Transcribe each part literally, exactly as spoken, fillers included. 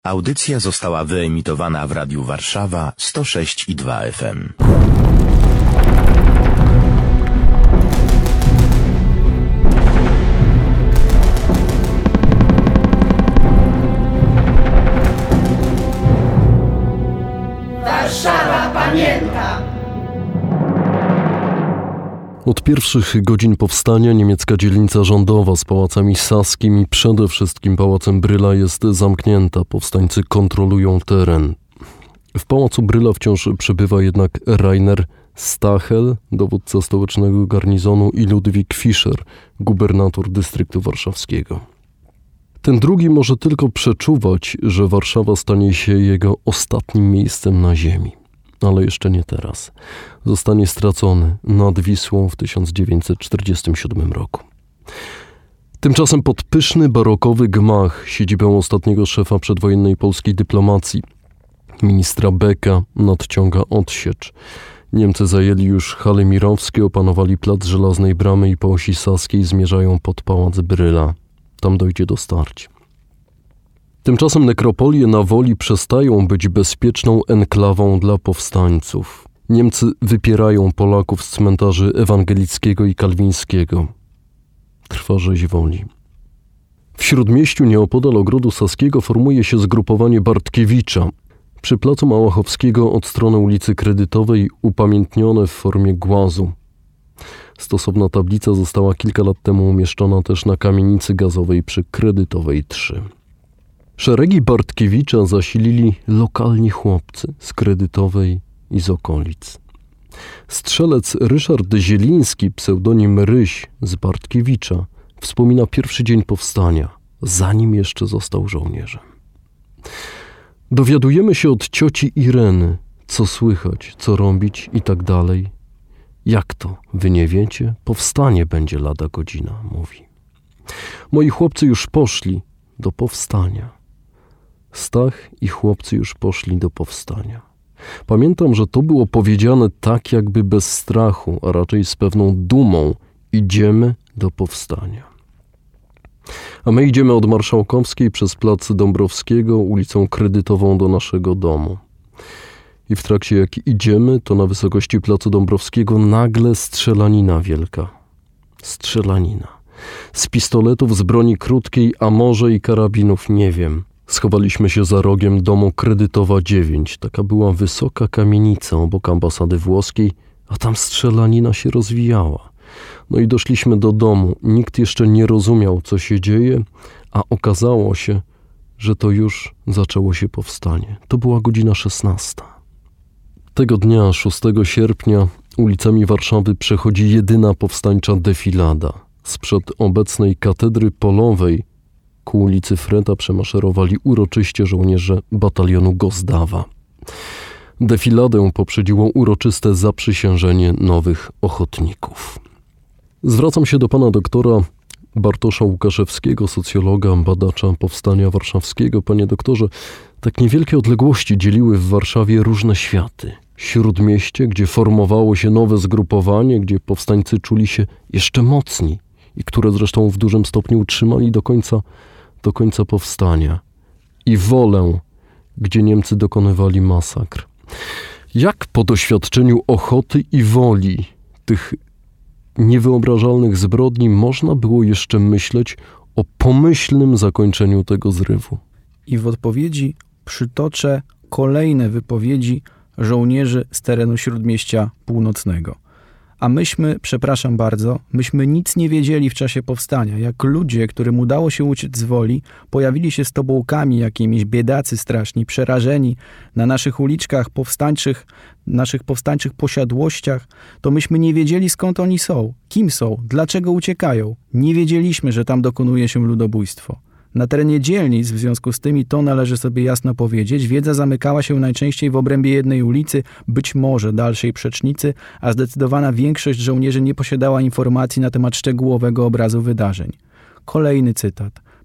Audycja została wyemitowana w Radiu Warszawa sto sześć i dwa F M. Warszawa pamięta! Od pierwszych godzin powstania niemiecka dzielnica rządowa z pałacami Saskim i przede wszystkim pałacem Bryla jest zamknięta. Powstańcy kontrolują teren. W pałacu Bryla wciąż przebywa jednak Rainer Stachel, dowódca stołecznego garnizonu, i Ludwik Fischer, gubernator dystryktu warszawskiego. Ten drugi może tylko przeczuwać, że Warszawa stanie się jego ostatnim miejscem na ziemi. Ale jeszcze nie teraz. Zostanie stracony nad Wisłą w tysiąc dziewięćset czterdziestym siódmym roku. Tymczasem pod pyszny, barokowy gmach, siedzibę ostatniego szefa przedwojennej polskiej dyplomacji, ministra Becka, nadciąga odsiecz. Niemcy zajęli już hale mirowskie, opanowali plac Żelaznej Bramy i po osi Saskiej zmierzają pod pałac Bryla. Tam dojdzie do starć. Tymczasem nekropolie na Woli przestają być bezpieczną enklawą dla powstańców. Niemcy wypierają Polaków z cmentarzy ewangelickiego i kalwińskiego. Trwa rzeź woli. W Śródmieściu nieopodal Ogrodu Saskiego formuje się zgrupowanie Bartkiewicza. Przy placu Małachowskiego od strony ulicy Kredytowej upamiętnione w formie głazu. Stosowna tablica została kilka lat temu umieszczona też na kamienicy gazowej przy Kredytowej trzy. Szeregi Bartkiewicza zasilili lokalni chłopcy z Kredytowej i z okolic. Strzelec Ryszard Zieliński, pseudonim Ryś z Bartkiewicza, wspomina pierwszy dzień powstania, zanim jeszcze został żołnierzem. Dowiadujemy się od cioci Ireny, co słychać, co robić i tak dalej. Jak to? Wy nie wiecie? Powstanie będzie lada godzina, mówi. Moi chłopcy już poszli do powstania. Stach i chłopcy już poszli do powstania. Pamiętam, że to było powiedziane tak jakby bez strachu, a raczej z pewną dumą. Idziemy do powstania. A my idziemy od Marszałkowskiej przez plac Dąbrowskiego, ulicą Kredytową do naszego domu. I w trakcie jak idziemy, to na wysokości placu Dąbrowskiego nagle strzelanina wielka. Strzelanina. Z pistoletów, z broni krótkiej, a może i karabinów, nie wiem. Schowaliśmy się za rogiem domu Kredytowa dziewięć. Taka była wysoka kamienica obok ambasady włoskiej, a tam strzelanina się rozwijała. No i doszliśmy do domu. Nikt jeszcze nie rozumiał, co się dzieje, a okazało się, że to już zaczęło się powstanie. To była godzina szesnasta. Tego dnia, szóstego sierpnia, ulicami Warszawy przechodzi jedyna powstańcza defilada. Sprzed obecnej katedry polowej ku ulicy Freda przemaszerowali uroczyście żołnierze batalionu Gozdawa. Defiladę poprzedziło uroczyste zaprzysiężenie nowych ochotników. Zwracam się do pana doktora Bartosza Łukaszewskiego, socjologa, badacza powstania warszawskiego. Panie doktorze, tak niewielkie odległości dzieliły w Warszawie różne światy. Śródmieście, gdzie formowało się nowe zgrupowanie, gdzie powstańcy czuli się jeszcze mocni i które zresztą w dużym stopniu utrzymali do końca, do końca powstania. I Wolę, gdzie Niemcy dokonywali masakr. Jak po doświadczeniu Ochoty i Woli, tych niewyobrażalnych zbrodni, można było jeszcze myśleć o pomyślnym zakończeniu tego zrywu? I w odpowiedzi przytoczę kolejne wypowiedzi żołnierzy z terenu Śródmieścia Północnego. A myśmy, przepraszam bardzo, myśmy nic nie wiedzieli w czasie powstania. Jak ludzie, którym udało się uciec z Woli, pojawili się z tobołkami jakimiś, biedacy straszni, przerażeni na naszych uliczkach powstańczych, naszych powstańczych posiadłościach, to myśmy nie wiedzieli, skąd oni są, kim są, dlaczego uciekają. Nie wiedzieliśmy, że tam dokonuje się ludobójstwo. Na terenie dzielnic, w związku z tym, i to należy sobie jasno powiedzieć, wiedza zamykała się najczęściej w obrębie jednej ulicy, być może dalszej przecznicy, a zdecydowana większość żołnierzy nie posiadała informacji na temat szczegółowego obrazu wydarzeń. Kolejny cytat.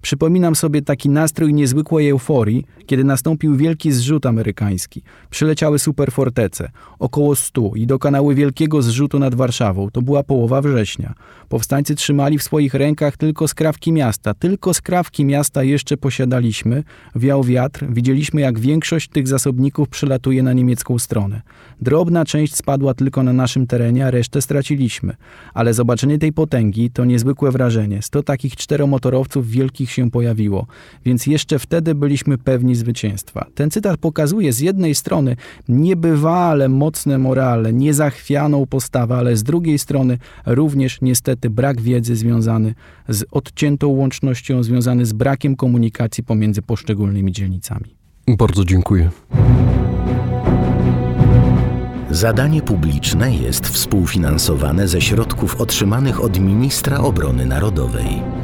Przypominam sobie taki nastrój niezwykłej euforii, kiedy nastąpił wielki zrzut amerykański. Przyleciały superfortece, około stu, i dokonały wielkiego zrzutu nad Warszawą. To była połowa września. Powstańcy trzymali w swoich rękach tylko skrawki miasta. Tylko skrawki miasta jeszcze posiadaliśmy. Wiał wiatr. Widzieliśmy, jak większość tych zasobników przelatuje na niemiecką stronę. Drobna część spadła tylko na naszym terenie, a resztę straciliśmy. Ale zobaczenie tej potęgi to niezwykłe wrażenie. Sto takich czteromotorowców wielkich się pojawiło, więc jeszcze wtedy byliśmy pewni zwycięstwa. Ten cytat pokazuje z jednej strony niebywale mocne morale, niezachwianą postawę, ale z drugiej strony również niestety brak wiedzy związany z odciętą łącznością, związany z brakiem komunikacji pomiędzy poszczególnymi dzielnicami. Bardzo dziękuję. Zadanie publiczne jest współfinansowane ze środków otrzymanych od Ministra Obrony Narodowej.